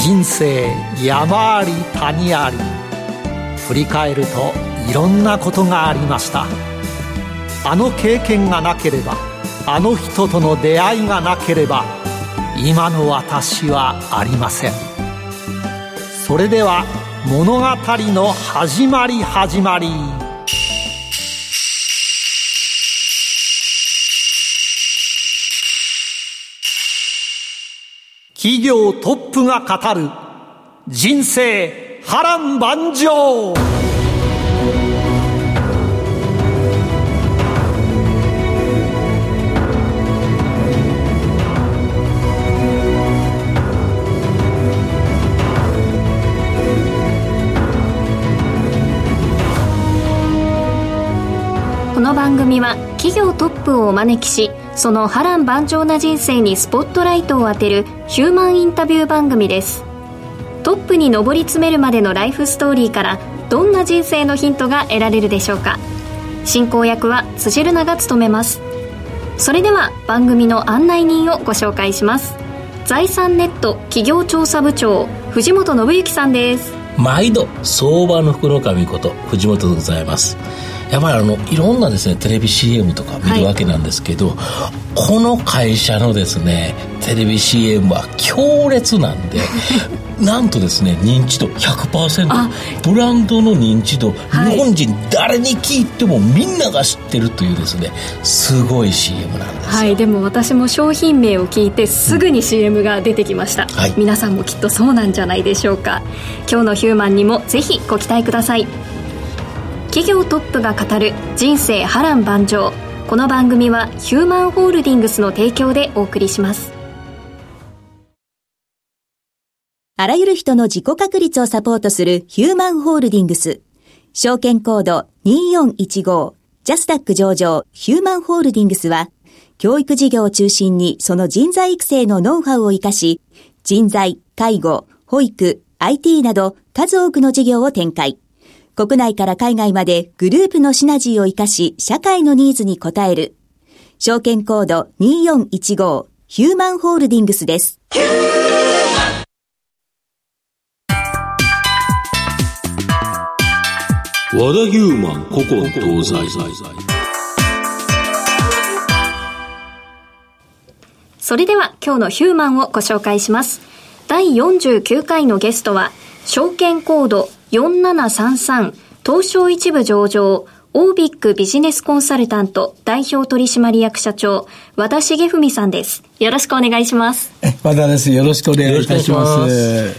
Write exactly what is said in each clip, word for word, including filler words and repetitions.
人生山あり谷あり、振り返るといろんなことがありました。あの経験がなければ、あの人との出会いがなければ、今の私はありません。それでは物語の始まり始まり。企業トップが語る人生波乱万丈。 この番組は企業トップをお招きし、その波乱万丈な人生にスポットライトを当てるヒューマンインタビュー番組です。トップに上り詰めるまでのライフストーリーからどんな人生のヒントが得られるでしょうか。進行役は辻るなが務めます。それでは番組の案内人をご紹介します。財産ネット企業調査部長、藤本信之さんです。 毎度相場の福の神こと藤本でございます。やっぱりあのいろんなですねテレビ シーエム とか見るわけなんですけど、はい、この会社のですねテレビ シーエム は強烈なんでなんとですね認知度 ひゃくパーセント、 ブランドの認知度、はい、日本人誰に聞いてもみんなが知ってるというですねすごい シーエム なんですよ。 はい、でも私も商品名を聞いてすぐに シーエム が出てきました、うん、はい、皆さんもきっとそうなんじゃないでしょうか。今日のヒューマンにもぜひご期待ください。企業トップが語る人生波乱万丈。この番組はヒューマンホールディングスの提供でお送りします。 あらゆる人の自己確立をサポートするヒューマンホールディングス。証券コードにーよんいちご、ジャスダック上場ヒューマンホールディングスは、教育事業を中心にその人材育成のノウハウを生かし、人材、介護、保育、アイティー など数多くの事業を展開。国内から海外までグループのシナジーを生かし、社会のニーズに応える。証券コードにーよんいちご、ヒューマンホールディングスです。 和田ヒューマン古今東西。 それでは今日のヒューマンをご紹介します。だいよんじゅうきゅうかいのゲストは、証券コードよんななさんさん東証一部上場オービックビジネスコンサルタント代表取締役社長和田重文さんです。よろしくお願いします。 和田です。よろしくお願いいたします。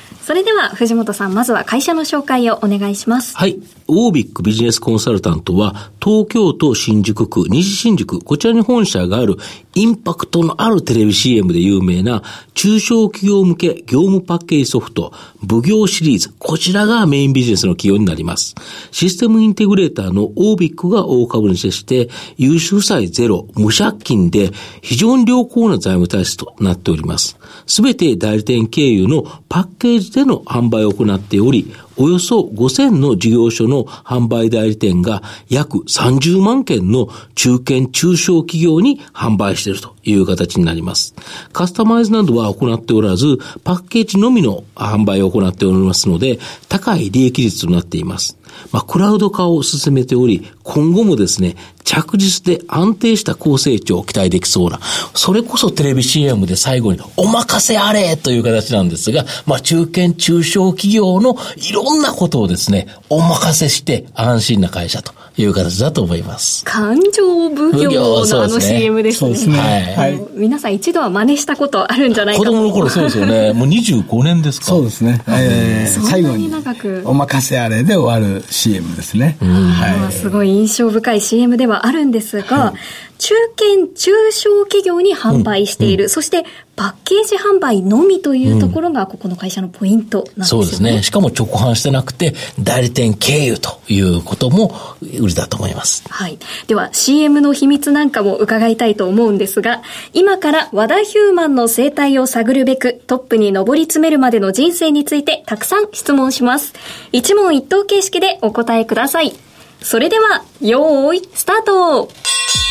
それでは藤本さん、まずは会社の紹介をお願いします。 はい。オービックビジネスコンサルタントは東京都新宿区、西新宿、こちらに本社があるインパクトのあるテレビ シーエム で有名な中小企業向け業務パッケージソフト、奉行シリーズ、こちらがメインビジネスの企業になります。システムインテグレーターのオービックが大株主でして、融資負債ゼロ、無借金で非常に良好な財務体質となっております。すべて代理店経由のパッケージでの販売を行っており、およそごせんの事業所の販売代理店が約さんじゅうまんけんの中堅中小企業に販売しているという形になります。カスタマイズなどは行っておらず、パッケージのみの販売を行っておりますので、高い利益率となっています。まあ、クラウド化を進めており、今後もですね、着実で安定した高成長を期待できそうな、それこそテレビ シーエム で最後にお任せあれという形なんですが、まあ、中堅中小企業のいろんなことをですね、お任せして安心な会社という形だと思います。 感情奉行のあの シーエム ですね。そうですね。はい。皆さん一度は真似したことあるんじゃないかと。 子供の頃そうですよね。もうにじゅうごねんですか。 そうですね。えー、最後にお任せあれで終わる シーエム ですね。 はい。すごい印象深い シーエム ではあるんですが、はい、中堅中小企業に販売している、うん、そしてパッケージ販売のみというところがここの会社のポイントなんですよね。 そうですね。しかも直販してなくて代理店経由ということも売りだと思います。 はい。では シーエム の秘密なんかも伺いたいと思うんですが、今から和田ヒューマンの生態を探るべくトップに上り詰めるまでの人生についてたくさん質問します。一問一答形式でお答えください。それではよーいスタート。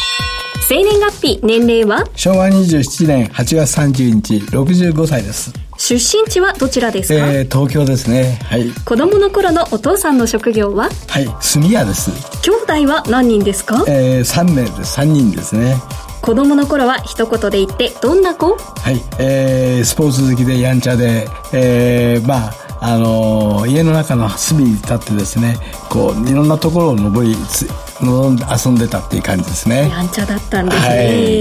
生年月日、年齢は？ しょうわにじゅうななねんはちがつさんじゅうにち、ろくじゅうごさいです。 出身地はどちらですか？ えー、東京ですね。はい。 子供の頃のお父さんの職業は？ はい、炭屋です。 兄弟は何人ですか？ えー、さんめいです。さんにんですね。 子供の頃は一言で言ってどんな子？ はい、えー、スポーツ好きでやんちゃで、えー、まああのー、家の中の隅に立ってですね、こういろんなところを登り遊んでたっていう感じですね。 やんちゃだったんですね、はい、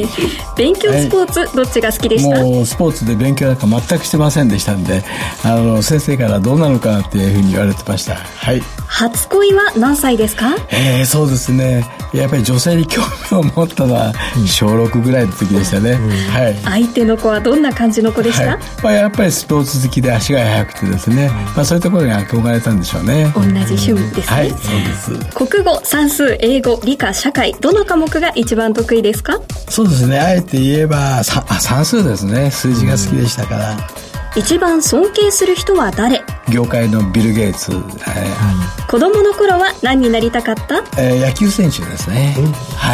勉強スポーツ、はい、どっちが好きでした？ もうスポーツで勉強なんか全くしてませんでしたんで、あの先生からどうなのかなっていうふうに言われてました。はい。 初恋は何歳ですか？ えー、そうですね、やっぱり女性に興味を持ったのはしょうろくぐらいの時でしたね、うん、はい。 相手の子はどんな感じの子でした？はい、 まあ、やっぱりスポーツ好きで足が速くてですね、まあ、そういうところに憧れたんでしょうね。 同じ趣味ですね、 はい、そうです。 国語、算数、英語、理科、社会、どの科目が一番得意ですか？ そうですね、あえて言えばさあ算数ですね。数字が好きでしたから、うん。 一番尊敬する人は誰？ 業界のビル・ゲイツ、はい。 子供の頃は何になりたかった？ えー、野球選手ですね、うん、はい。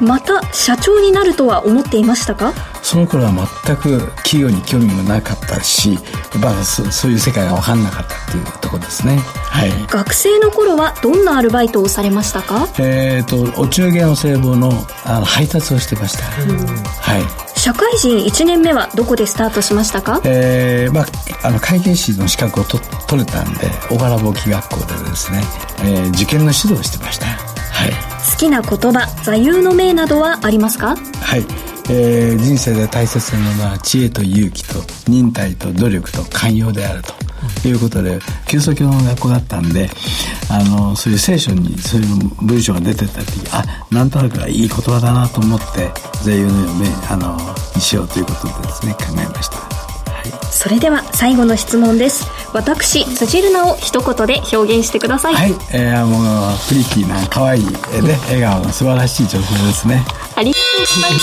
また社長になるとは思っていましたか？ その頃は全く企業に興味もなかったし、まあ、そ, そういう世界が分かんなかったっていうところですね、はい。 学生の頃はどんなアルバイトをされましたか？ えーとお中元お歳暮 の, あの配達をしてました、うん、はい。 社会人いちねんめはどこでスタートしましたか？ えーまあ、あの会計士の資格をと取れたんで、小原簿記学校でですね、えー、受験の指導をしてました、はい。 好きな言葉、座右の銘などはありますか？ はい、えー、人生で大切なのは知恵と勇気と忍耐と努力と寛容であるということで、キリスト教の学校だったんで、あのそういう聖書にそういう文章が出てた時、あ、なんとなくいい言葉だなと思って座右の銘あのにしようということでですね、考えました、はい。 それでは最後の質問です。私辻るなを一言で表現してください。 はい、えー、もうプリティな可愛い絵で笑顔の素晴らしい女性ですね。 ありがとうございます。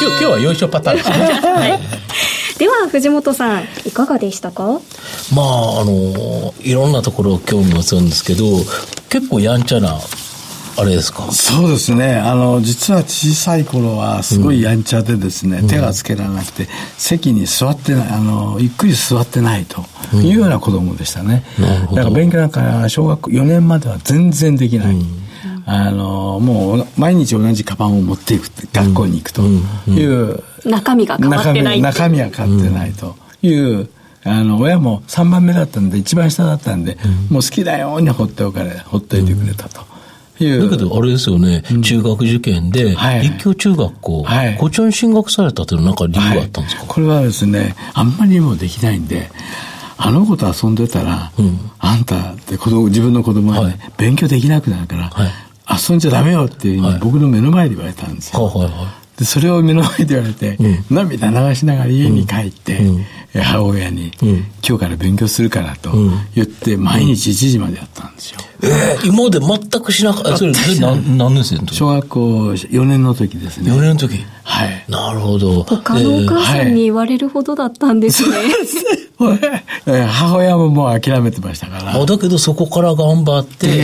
今日、今日はよいしょパターンですね、 はい。では藤本さんいかがでしたか？ まああのいろんなところ興味持つんですけど、結構やんちゃなあれですか？ そうですね、あの実は小さい頃はすごいやんちゃでですね、うん、手がつけられなくて席に座ってない、あのゆっくり座ってないというような子供でしたね、うん、なるほど。だから勉強なんか小学校よねんまでは全然できない、うん、あのもう毎日同じカバンを持っていくって、学校に行くという、うんうん、中身が変わってない、 中身が変わってないという、うん、あの親もさんばんめだったんで一番下だったんで、うん、もう好きなように放っておかれ放っておいてくれたと、うん、 だけどあれですよね、うん、中学受験で立教中学校、はい、こちらに進学されたというのは何か理由があったんですか？ はい、これはですね、あんまりにもできないんで、あの子と遊んでたら、うん、あんたって子供自分の子供が、ね、はい、勉強できなくなるから、はい、遊んじゃダメよっていうふうに僕の目の前で言われたんですよ、はいはいはい。でそれを目の前で言われて、うん、涙流しながら家に帰って、うん、母親に、うん、今日から勉強するからと言って、うん、毎日いちじまでやったんですよ。 えー、今まで全くしなかった。それ何, 何年生の時？ 小学校よねんの時ですね。 よねんの時。 はい。 なるほど。 他のお母さんに言われるほどだったんですね。 はい、母親ももう諦めてましたから。 あ、だけどそこから頑張って、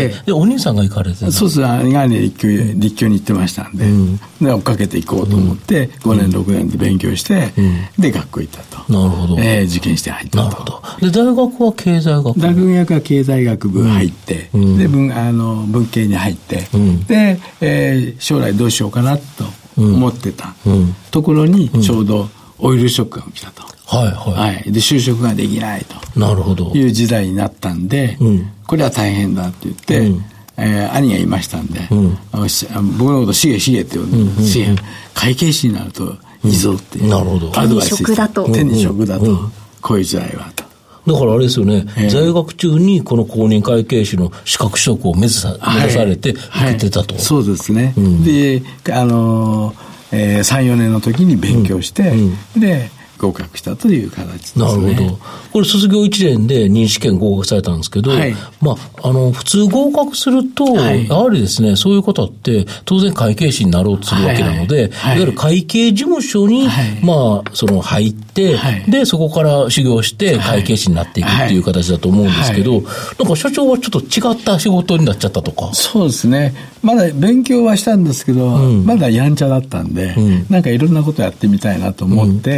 でお兄さんが行かれてた。 そうです。兄がね立教立教に行ってましたんで、うん、で追っかけていこうと思って、うん、ごねんろくねんで勉強して、うん、で学校行ったと。 なるほど。 えー、受験して入ったと。 なるほど。で大学は経済学部。 大学は経済学部入って、うん、で 文, あの文系に入って、うん、で、えー、将来どうしようかなと思ってた、うん、ところにちょうどオイルショックが起きたと。 はいはい。 はい。で、就職ができないと。 なるほど。 いう時代になったんで、うん、これは大変だって言って、うん、えー、兄がいましたんで、うん、あの僕のことしげしげって呼んで、うんうんうん、しげ、会計士になるといいぞって、うん、 なるほど。 手に職だと。 手に職だと。うんうん、こういう時代はと。 だからあれですよね、えー、在学中にこの公認会計士の資格取得を目指さ、目指されて受けてたと、はいはい、 そうですね、うん、で、あのーえー、さん、よねんの時に勉強して、うんうん、で合格したという形ですね。 なるほど。これ卒業いちねんで任試験合格されたんですけど、はい、まあ、あの普通合格すると、はい、やはりですね、そういう方って当然会計士になろうとするわけなので、はいはいはい、いわゆる会計事務所に、はい、まあその入って、はい、でそこから修行して会計士になっていくっていう形だと思うんですけど、はいはい、なんか所長はちょっと違った仕事になっちゃったとか。 そうですね。まだ勉強はしたんですけど、うん、まだやんちゃだったんで、うん、なんかいろんなことやってみたいなと思って、うんうん、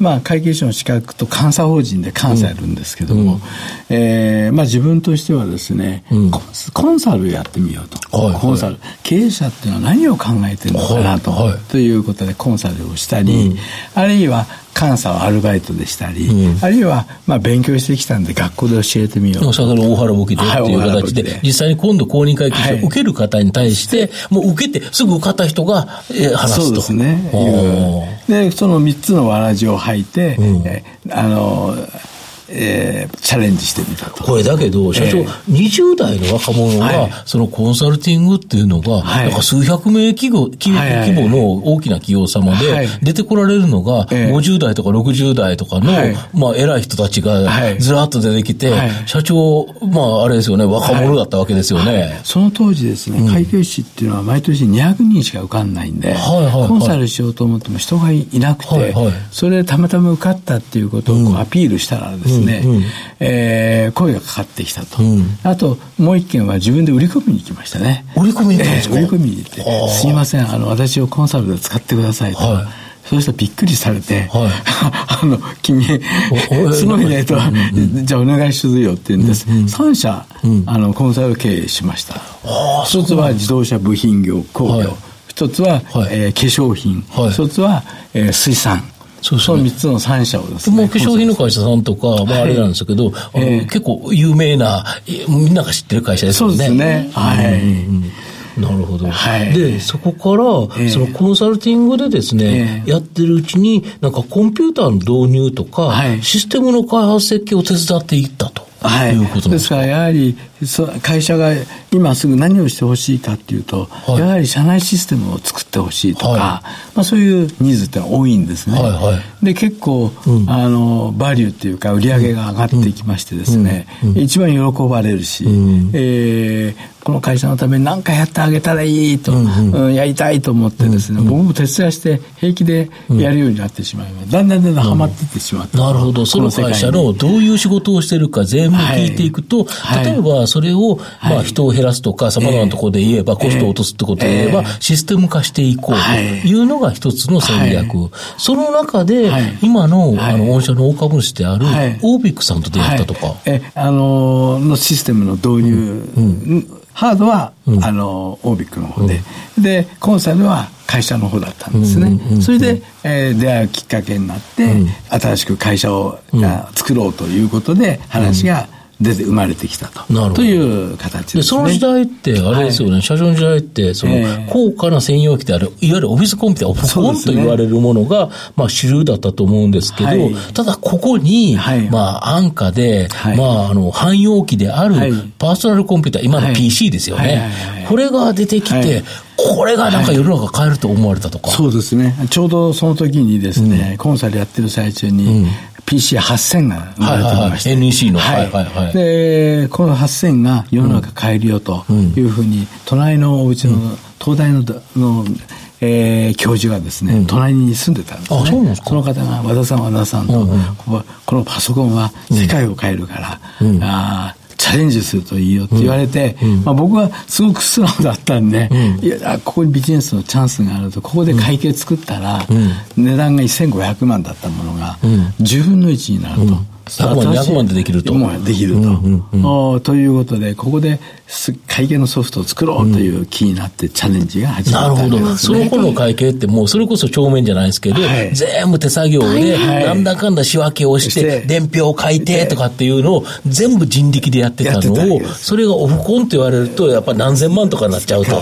まあ、会計士の資格と監査法人で監査やるんですけども、うんえーまあ、自分としてはですね、うん、コンサルやってみようと、はいはい、コンサル経営者っていうのは何を考えてるのかなと、はいはい、ということでコンサルをしたり、うん、あるいは監査をアルバイトでしたり、うん、あるいはまあ勉強してきたんで学校で教えてみよう。 先ほど大原簿記でっていう形で、はい、実際に今度公認会計士を受ける方に対して、はい、もう受けてすぐ受かった人が話すと。 そうですね。で、そのみっつのわらじを履いて、うん、えあの、えー、チャレンジしてみたと。 これだけど社長、えー、にじゅう代の若者が、はい、そのコンサルティングっていうのが、はい、なんか数百名規模、規模の大きな企業様で出てこられるのが、はい、ごじゅう代とかろくじゅう代とかの、はい、まあ偉い人たちがずらっと出てきて、はい、社長まああれですよね、若者だったわけですよね、はいはい、 その当時ですね、会計士っていうのは毎年にひゃくにんしか受かんないんで、はいはいはい、コンサルしようと思っても人がいなくて、はいはい、それでたまたま受かったっていうことをこうアピールしたらですね、うんうんうんえー、声がかかってきたと、うん、あともう一件は自分で売り込みに行きましたね。 売り込みに行ったんですか？ えー、売り込みに行ってすいませんあの私をコンサルで使ってくださいと、はい、そうしたらびっくりされて、はい、あの君すごいねと、うんうん、じゃあお願いするよって言うんです、うんうん、さん社、うん、あのコンサル経営しました。一つは自動車部品業工業、はい、一つは、はいえー、化粧品、はい、一つは、えー、水産、そうそう、ね、そのみっつのさん社をですね。 もう化粧品の会社さんとか、まああれなんですけど、はいあのえー、結構有名な、みんなが知ってる会社ですよね。 そうですね。はい。 うんうん、なるほど。はい。で、そこから、えー、そのコンサルティングでですね、えー、やってるうちに、なんかコンピューターの導入とか、はい、システムの開発設計を手伝っていったと。はい、いうことですか。 ですからやはり会社が今すぐ何をしてほしいかっていうと、はい、やはり社内システムを作ってほしいとか、はいまあ、そういうニーズって多いんですね、はいはい、で結構、うん、あのバリューっていうか売り上げが上がっていきましてですね、うんうん、一番喜ばれるし、うんえー、この会社のために何かやってあげたらいいと、うんうん、やりたいと思ってですね、うんうん、僕も手伝いして平気でやるようになってしまいます、うん、だんだんだんだんハマっていってしまった、 うん、なるほど。その会社のどういう仕事をしてるか全部聞いていくと、はい、例えばそれを、はいまあ、人を減らすとか様々なところで言えば、えー、コストを落とすってことで言えば、えー、システム化していこうというのが一つの戦略、はい、その中で、はい、今の、はい、あの御社の大株主である、はい、オービックさんと出会ったとか、はい、 えあののシステムの導入、うんうんハードは、うん、あの、オービックの方で、うん、で、コンサルは会社の方だったんですね。うんうんうん、それで、えー、出会うきっかけになって、うん、新しく会社を、うん、作ろうということで、話が出て生まれてきたと、うん、という形ですね。で、 その時代って、あれですよね、はい、社長の時代って、その、高価な専用機である、いわゆるオフィスコンピューター、オフコンと言われるものが、まあ、主流だったと思うんですけど、はい、ただ、ここに、はい、まあ、安価で、はい、まあ、あの、汎用機である、パーソナルコンピューター、今の ピーシー ですよね。はいはいはいはい、これが出てきて、はいこれがなんか世の中変えると思われたとか、 はい、そうですね。ちょうどその時にですね、うん、コンサルやってる最中に、うん、ピーシーはっせん が生まれてきました、 はいはいはい、エヌイーシー の、 はいはいはい、でこのはっせんが世の中変えるよというふうに、うん、隣のお家の、うん、東大ののえー、教授がですね、うん、隣に住んでたんですね。あ、そうなんですか。その方が和田さん和田さんと、うんうん、このパソコンは世界を変えるから、うん、あチャレンジするといいよって言われて、うんまあ、僕はすごく素直だったんで、うん、いやここにビジネスのチャンスがあると、ここで会計作ったら、うん、値段がせんごひゃくまんだったものが、うん、じゅうぶんのいちになると、うんひゃくまん、にひゃくまんでできると。 もうできると、うんうんうん。ということで、ここで会計のソフトを作ろうという気になってチャレンジが始まったわけですね。 なるほど。その頃の会計ってもうそれこそ帳面じゃないですけど、はい、全部手作業で、はい、なんだかんだ仕分けをして、伝票を書いてとかっていうのを全部人力でやってたのを、それがオフコンって言われると、やっぱ何千万とかになっちゃうと。はい、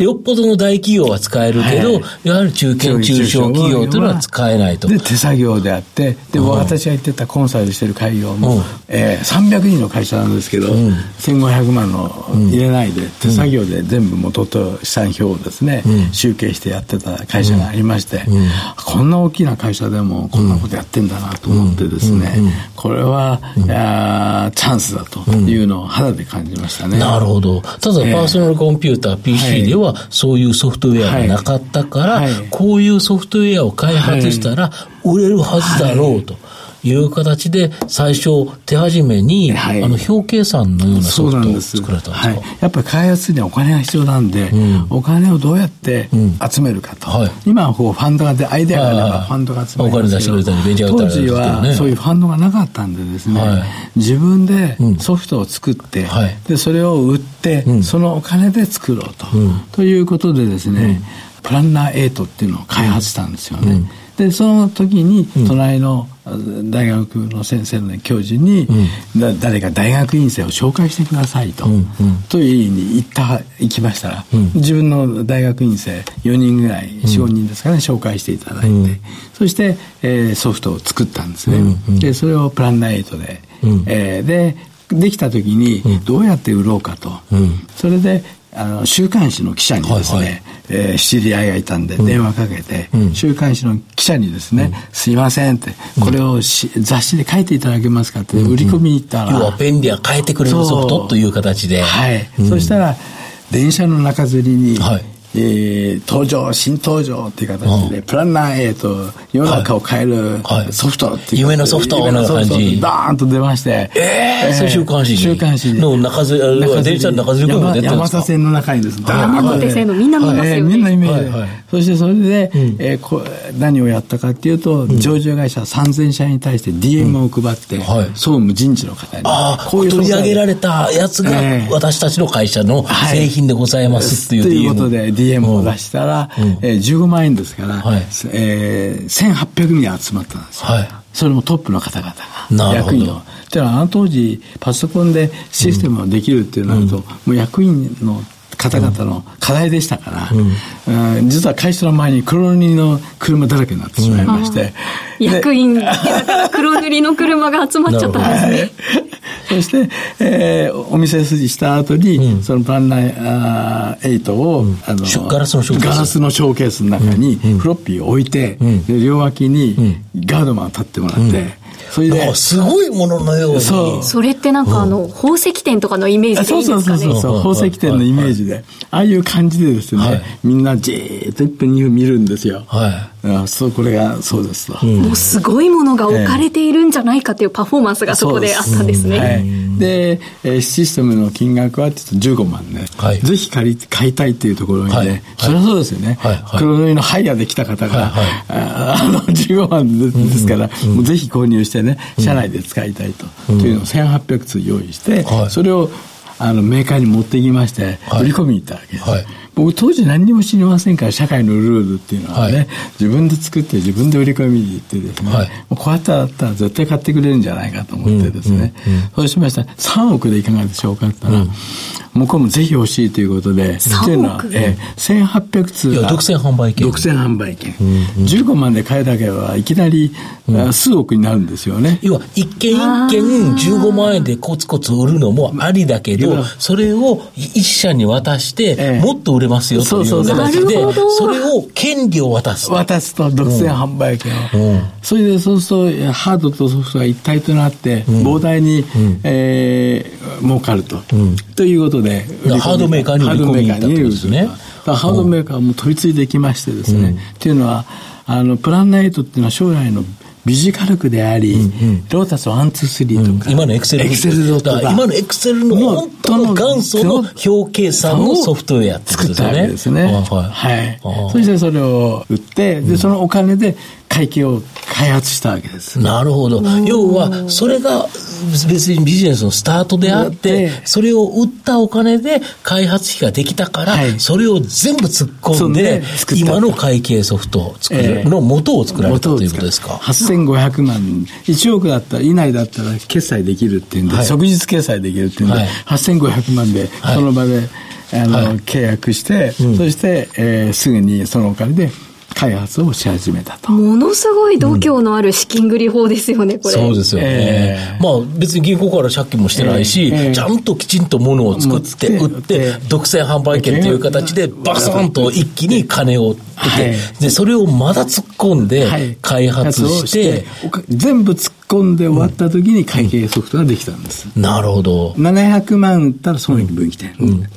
よっぽどの大企業は使えるけど、はい、やはり中堅中小企業というのは使えないと。 で、手作業であって、で、うん、私が言ってたコンサルしてる会業も、うんえー、さんびゃくにんの会社なんですけど、うん、せんごひゃくまんの入れないで、うん、手作業で全部元と資産表をですね、うん、集計してやってた会社がありまして、うん、こんな大きな会社でもこんなことやってんだなと思ってですね、うんうん、これは、うん、やチャンスだというのを肌で感じましたね。 なるほど。ただパーソナルコンピューター、えー、ピーシー ではそういうソフトウェアがなかったから、はいはい、こういうソフトウェアを開発したら売れるはずだろうと。はいいう形で最初手始めに、はい、あの表計算のようなソフトを作られたんですか。 はい、やっぱり開発にはお金が必要なんで、うん、お金をどうやって集めるかと、うんはい、今はこうファンドがでアイデアがあればファンドが集めるんですけど、お金出してくれたりベンチャーが当時はそういうファンドがなかったんでですね、はい、自分でソフトを作って、うんはい、でそれを売って、うん、そのお金で作ろうと、うん、ということでですね、うん、プランナーエイトっていうのを開発したんですよね、うん、でその時に隣の大学の先生の教授に、うん、だ誰か大学院生を紹介してくださいと、うんうん、という意味に行った行きましたら、うん、自分の大学院生よにんぐらい よん,ご 人ですかね、紹介していただいて、うん、そして、えー、ソフトを作ったんですね、うんうん、でそれをプランナーエイトで、うんえー、でできた時にどうやって売ろうかと、うん、それであの週刊誌の記者にですね、はいはいえー、知り合いがいたんで電話かけて、うん、週刊誌の記者にですね、うん、すいませんってこれをし、うん、雑誌で書いていただけますかって売り込みに行ったら、 うんうん、要は便利は変えてくれるソフトという形で、 はい、うん、そしたら電車の中吊りに、はいえー、登場新登場っていう形で、うん、プランナー A と世の中を変えるソフトっていう、 はいはい、夢のソフトの感じダーンと出まして、 えー、えー、そう週刊誌に週刊誌の中吊り電車の中吊りも出てるんですか。 山手線の中にですね山手線のみんな見ますよね、 えー、みんなイメージ、はいはい、そしてそれで、うんえー、こ何をやったかっていうと、うん、上場会社さんぜんしゃに対して ディーエム を配って、うんはい、総務人事の方にあこういう取り上げられたやつが私たちの会社の製品でございますっていう、 はい、ということで ディーエム を出したら、うんえー、じゅうごまんえんですから、はいえー、せんはっぴゃくにん集まったんですよ、はい、それもトップの方々が役員のではあの当時パソコンでシステムができるっていうのだと、うん、もう役員の方々の課題でしたから、うんうん、実は会社の前に黒塗りの車だらけになってしまいまして、 うん、役員黒塗りの車が集まっちゃったんですねそして、えー、お店筋した後に、うん、そのプランナーエイトを、うん、あのガラスのショーケースガラスのショーケースの中にフロッピーを置いて、うん、で両脇にガードマンを立ってもらって、うんそれですごいもののようにそ, それってなんかあの、うん、宝石店とかのイメージでいいんですかね。 そうそうそうそう宝石店のイメージで、はい、ああいう感じでですね、はい、みんなじーっと一分二分見るんですよ、はい、あそうこれがそうですと、 うん、もうすごいものが置かれているんじゃないかというパフォーマンスがそこであったんですね。 うんはい、で、えー、システムの金額はじゅうごまんね、はい、ぜひ借り買いたいっていうところにね、はい、そりゃそうですよね、はいはい、黒塗りのハイヤーで来た方が、はいはい、あ, あのじゅうごまんで す, ですから、うんうん、もうぜひ購入してね社内で使いたいと、うん、というのをせんはっぴゃくつ用意して、はい、それをあのメーカーに持ってきまして売り込みに行ったわけです、はいはい、僕当時何にも知りませんから社会のルールっていうのはね、はい、自分で作って自分で売り込みに行ってですね、はい、もうこうやったら絶対買ってくれるんじゃないかと思ってですね、うんうんうん、そうしましたらさんおくでいかがでしょうかって言ったら、うん向こうもぜひ欲しいということで、 っていうのは、 えー、せんはっぴゃくつが独占販売権。 独占販売権。うんうん、じゅうごまんで買えたけはいきなり、うん、数億になるんですよね。 要は一件一件じゅうごまんえんでコツコツ売るのもありだけど、それを一社に渡して、えー、もっと売れますよという形で、それを権利を渡す。 渡すと独占販売権を。うん、それでそうするとハードとソフトが一体となって、うん、膨大に、うんえー、儲かると、うん。ということで、 ハードメーカーに売り込みに行ったってことですね。 ハードメーカーも取り継いできましてですね、うん、っていうのはあのプランナーエイトっていうのは将来のビジカルクであり、うんうん、ロータスワンツースリーとか、 うん、今のエクセルとか今のエクセルの本当の元祖の表計算のソフトウェアってことですよね。作ったわけですね。 はい。はい。そしてそれを売ってでそのお金で会計を開発したわけです。 なるほど。要はそれが別にビジネスのスタートであってそれを売ったお金で開発費ができたから、はい、それを全部突っ込んで今の会計ソフトを作るの元を作られたということですか。 はっせんごひゃくまんいちおくだったら以内だったら決済できるっていうんで、はい、即日決済できるっていうんで、はい、はっせんごひゃくまんでその場で、はい、あの、はい、契約して、うん、そして、えー、すぐにそのお金で開発をし始めたと。 ものすごい度胸のある資金繰り法ですよね、うん、これ。 そうですよね、えー、まあ別に銀行から借金もしてないし、えー、ちゃんときちんと物を作って売って、えー、独占販売権という形でバサンと一気に金を得て、はい、でそれをまだ突っ込んで開発して、はい、 して全部突っ込んで終わった時に会計ソフトができたんです、 うん、なるほど。 ななひゃくまん売ったら損益分岐点、うんうん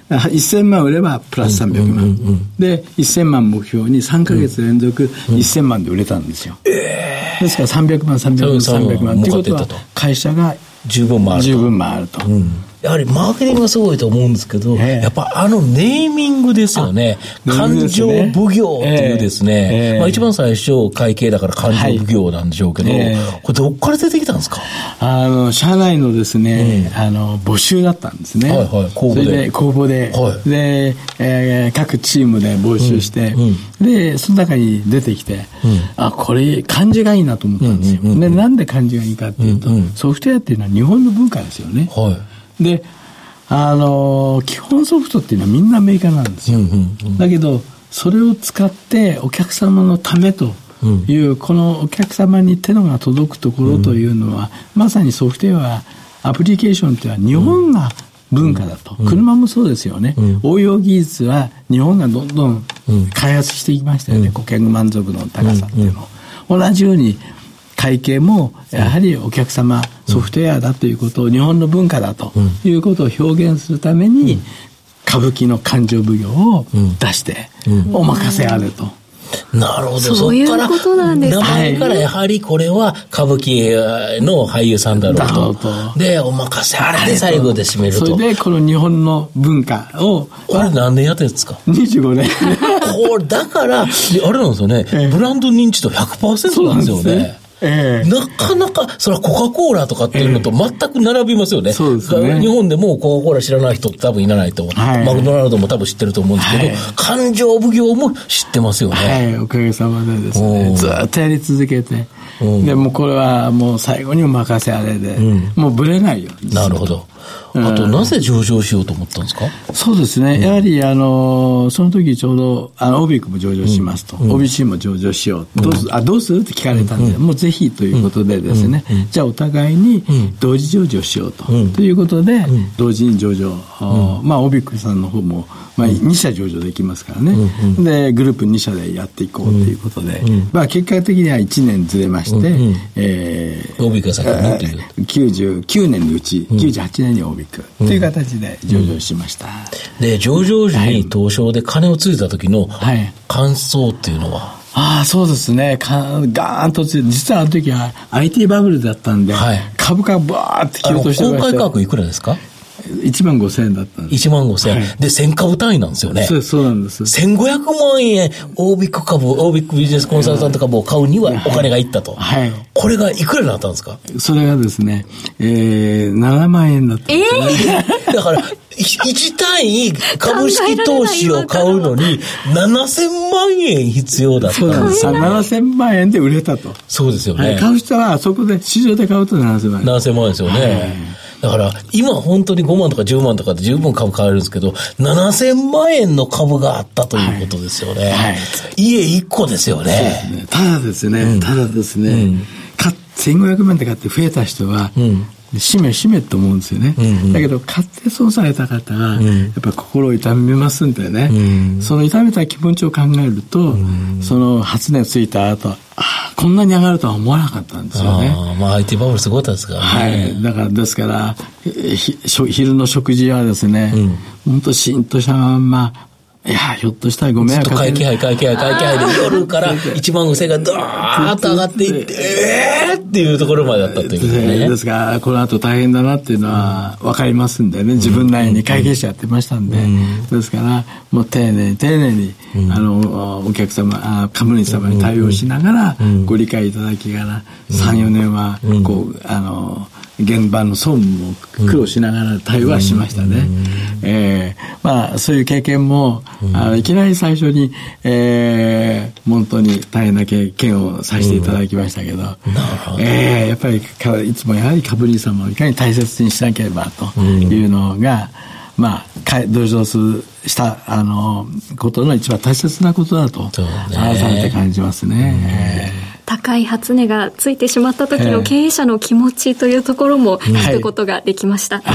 せんまん売ればプラスさんびゃくまん、うんうんうん、でせんまん目標にさんかげつ連続せんまんで売れたんですよ、うんうん、ですからさんびゃくまんさんびゃくまんさんびゃくまんということは会社が十分回ると、十分回ると、うん、 やはりマーケティングがすごいと思うんですけど、えー、やっぱあのネーミングですよね。勘定奉行っていうですね、えーまあ、一番最初会計だから勘定奉行なんでしょうけど、はいえー、これどっから出てきたんですか？ あの社内のですね、うん、あの募集だったんですね、はいはい、公募で、それで公募で、はい、で、えー、各チームで募集して、うんうん、でその中に出てきて、うん、あこれ漢字がいいなと思ったんですよ、うんうんうん、でなんで漢字がいいかっていうと、うんうん、ソフトウェアっていうのは日本の文化ですよね、はい、であの基本ソフトっていうのはみんなアメリカなんですよ、うんうんうん、だけどそれを使ってお客様のためという、うん、このお客様に手のが届くところというのは、うん、まさにソフトウェアアプリケーションっていうのは日本が文化だと、うん、車もそうですよね、うん、応用技術は日本がどんどん開発していきましたよね、うん、顧客満足の高さっていうのを、うんうん、同じように会計もやはりお客様ソフトウェアだということを日本の文化だということを表現するために歌舞伎の勘定奉行を出してお任せあれと、 なるほど。 そういうことなんですね。 名前からやはりこれは歌舞伎の俳優さんだろうと。で、お任せあれで最後で締めると。 それでこの日本の文化を。 これ何年やってるんですか？ にじゅうごねん。 これだから、あれなんですよね。ええ、ブランド認知度 ひゃくパーセント なんですよね。ええ、なかなかそれはコカ・コーラとかっていうのと全く並びますよね、ええ、そうですね。日本でもコカ・コーラ知らない人って多分いないと、はい、マクドナルドも多分知ってると思うんですけど、はい、勘定奉行も知ってますよね。 はい、おかげさまでですね、ずっとやり続けて、でもこれはもう最後にお任せあれで、うん、もうぶれないように。 なるほど。あと、なぜ上場しようと思ったんですか？ そうですね。やはり、あの、その時ちょうど、あの、オービックも上場しますと。うん、オービーシー も上場しよう。どうする、あ、どうするって聞かれたんで、うん、もうぜひということでですね、うん、じゃあお互いに同時上場しようと。うん、ということで、うん、同時に上場。うん、まあ、オービックさんの方も、まあ、に社上場できますからね。うん、で、グループに社でやっていこうということで、うん、まあ、結果的にはいちねんずれまして、うん、えー、オービックが先に持っている。 きゅうじゅうきゅうねんのうち、きゅうじゅうはちねんにオービックという形で上場しました。 うん、で、上場時に東証で金をついた時の感想っていうのは、はい、 ああ、そうですね。かガーンとついて、実はあの時は アイティー バブルだったんで、はい、株価バーって急騰してました。 公開価格いくらですか？ いちまんごせんえんだったんです。 いちまんごせんえん、はい、でせん株単位なんですよね。 そうそうなんです。 せんごひゃくまんえんオービック株、オービックビジネスコンサルタント株を買うにはお金がいったと。はい。これがいくらになったんですか？ それがですね、えー、ななまんえんだったんです、 ね。えー、だからいち単位株式投資を買うのにななせんまんえん必要だった。 そうなんです。ななせんまんえんで売れたと。 そうですよね。 はい、買う人はそこで市場で買うとななせんまんえん。 ななせんまんえんですよね。はい、だから今本当にごまんとかじゅうまんとかで十分株買えるんですけど、ななせんまんえんの株があったということですよね。はいはい、家いっこですよね。 そうですね。ただですね、うん、ただですね、うん、せんごひゃくまんで買って増えた人は、うんしめしめと思うんですよね、うんうん、だけど買って損された方は、うん、やっぱり心を痛めますんでね、うん、その痛めた気持ちを考えると、うん、その初値ついた後あこんなに上がるとは思わなかったんですよね。 あ、まあ、アイティー バブルすごかったですからね。 はい、だからですから昼の食事はですね、うん、本当しんとしたまんまいやひょっとしたらご迷惑かける。 ずっと会計杯会計杯会計杯で夜からいちまんごせんがドーッと上がっていってえーっていうところまでだったということね。 ですからこの後大変だなっていうのは分かりますんでね、自分なりに会計士やってましたんで、うん、ですからもう丁寧に丁寧に、うん、あのお客様株主様に対応しながら、うん、ご理解いただきながら、うん、さんよねんはこうあの現場の総務も苦労しながら対応はしましたね、うんえー、まあそういう経験も、うん、あのいきなり最初に、えー、本当に大変な経験をさせていただきましたけど、うんえー、やっぱりいつもやはり株主様をいかに大切にしなければというのが、うん、まあ同情するしたあのことの一番大切なことだと改めて感じますね。 うん高い初値がついてしまった時の経営者の気持ちというところも聞くことができました、はい、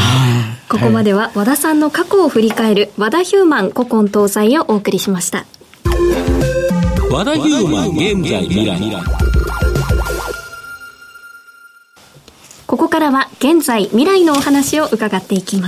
ここまでは和田さんの過去を振り返る和田ヒューマン古今東西をお送りしました。 和田ヒューマン現在未来。 ここからは現在未来のお話を伺っていきます。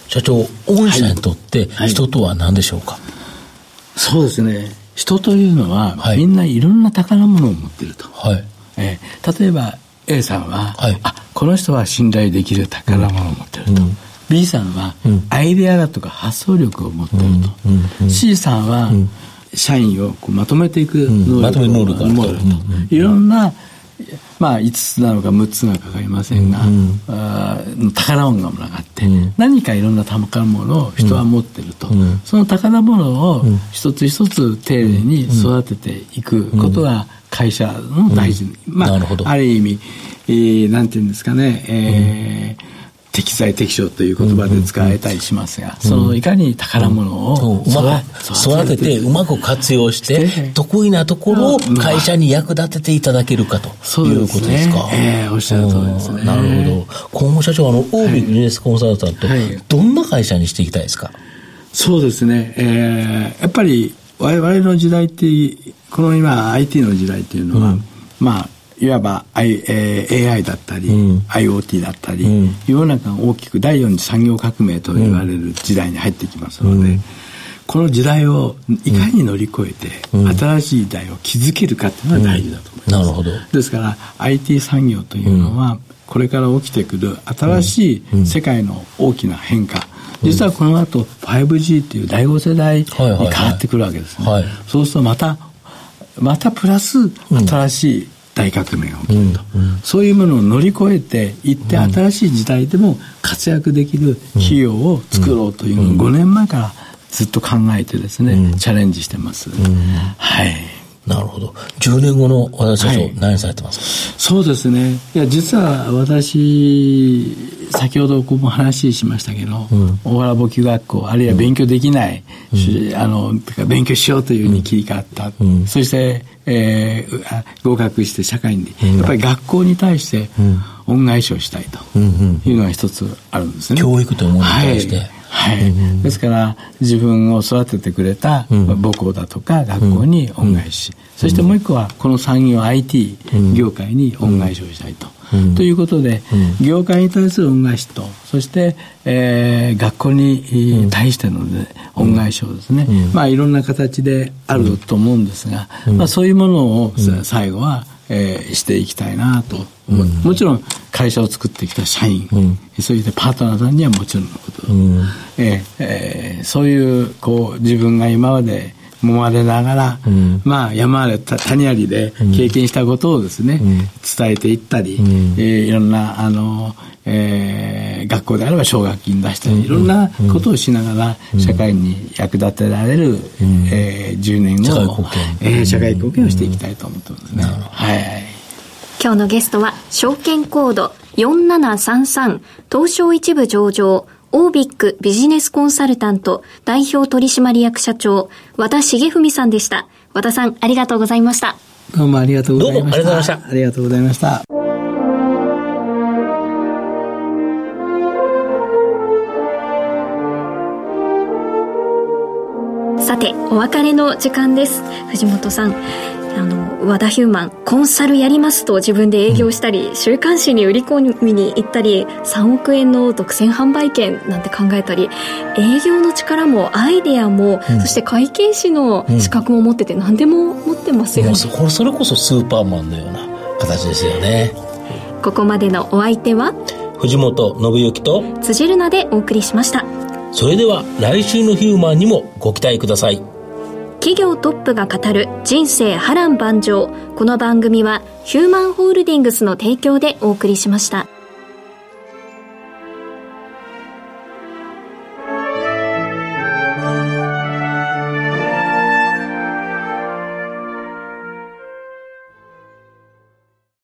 社長、御社にとって人とは何でしょうか？ はいはい、そうですね。人というのは、 はい、 みんないろんな宝物を持っていると。 はい、 えー、例えば A さんは、 はい、 あ、この人は信頼できる宝物を持っていると。うん、B さんは、うん、アイデアだとか発想力を持っていると。うんうん、C さんは、うん、社員をこうまとめていく能力を持っていると。いろんなまあ、いつつなのかむっつなのか分かりませんが、うんうん、あ宝物があって、うん、何かいろんな宝物を人は持っていると、うん、その宝物を一つ一つ丁寧に育てていくことが会社の大事、うんうん、まあ、ある意味、えー、なんていうんですかね、えーうん、適材適所という言葉で使えたりしますが、うんうん、そのいかに宝物を、 うん、うまく育ててうまく活用して得意なところを会社に役立てていただけるかということですか？ えー、おっしゃる通りですね。 なるほど。今後社長、あのオービービジネスコンサルタント、はい、どんな会社にしていきたいですか？ そうですね、えー、やっぱり我々の時代ってこの今 アイティー の時代っていうのは、うん、まあいわば、I えー、エーアイ だったり、うん、IoT だったり、うん、世の中が大きくだいよん次産業革命と言われる時代に入ってきますので、うん、この時代をいかに乗り越えて、うん、新しい時代を築けるかっていうのが大事だと思います、うん、なるほど。ですから アイティー 産業というのは、うん、これから起きてくる新しい世界の大きな変化、うん、実はこの後 ファイブジー というだいご世代に変わってくるわけですね、はいはいはい、そうするとまたまたプラス新しい大革命が起きると、うんうん、そういうものを乗り越えていって、うん、新しい時代でも活躍できる企業を作ろうというのをごねんまえからずっと考えてですね、うん、チャレンジしてます、うん、はい。 なるほど。じゅうねんごの和田社長、はい、何されてますか？そうですね。 いや、実は私、先ほどここも話しましたけど、うん、大原簿記学校、あるいは勉強できない、うん、あの、勉強しようというふうに切り替わった。うん、そして、えー、合格して社会に、うん、やっぱり学校に対して恩返しをしたいというのが一つあるんですね。 教育というものに対して。はいはい、うん、ですから自分を育ててくれた母校だとか学校に恩返し、うん、そしてもう一個はこの産業 アイティー 業界に恩返しをしたいと、うん、ということで、うん、業界に対する恩返しとそして、えー、学校に対しての、ね、恩返しをですね、うん、まあいろんな形であると思うんですが、うん、まあ、そういうものを最後はえー、していきたいなと、うん、もちろん会社を作ってきた社員、うん、そしてパートナーさんにはもちろんのこと、うん、えーえー、そういうこう自分が今まで揉まれながら、うん、まあ山あり谷ありで経験したことをですね、うん、伝えていったり、うん、えー、いろんなあの、えー、学校であれば奨学金出したり、うん、いろんなことをしながら、うん、社会に役立てられる、うん、えー、じゅうねんを社会貢献、えー、社会貢献をしていきたいと思ってますね、うん、はい。 今日のゲストは証券コードよんななさんさん東証一部上場オービックビジネスコンサルタント代表取締役社長和田重文さんでした。和田さん、ありがとうございました。 どうもありがとうございました。 どうもありがとうございました。 ありがとうございました。 さて、お別れの時間です。藤本さん、あの和田ヒューマンコンサルやりますと自分で営業したり、うん、週刊誌に売り込みに行ったりさんおくえんの独占販売権なんて考えたり、営業の力もアイデアも、うん、そして会計士の資格も持ってて、うん、何でも持ってますよね。 もうそれこそスーパーマンのような形ですよね。 ここまでのお相手は藤本信之と辻るなでお送りしました。 それでは来週のヒューマンにもご期待ください。 企業トップが語る人生波乱万丈。この番組はヒューマンホールディングスの提供でお送りしました。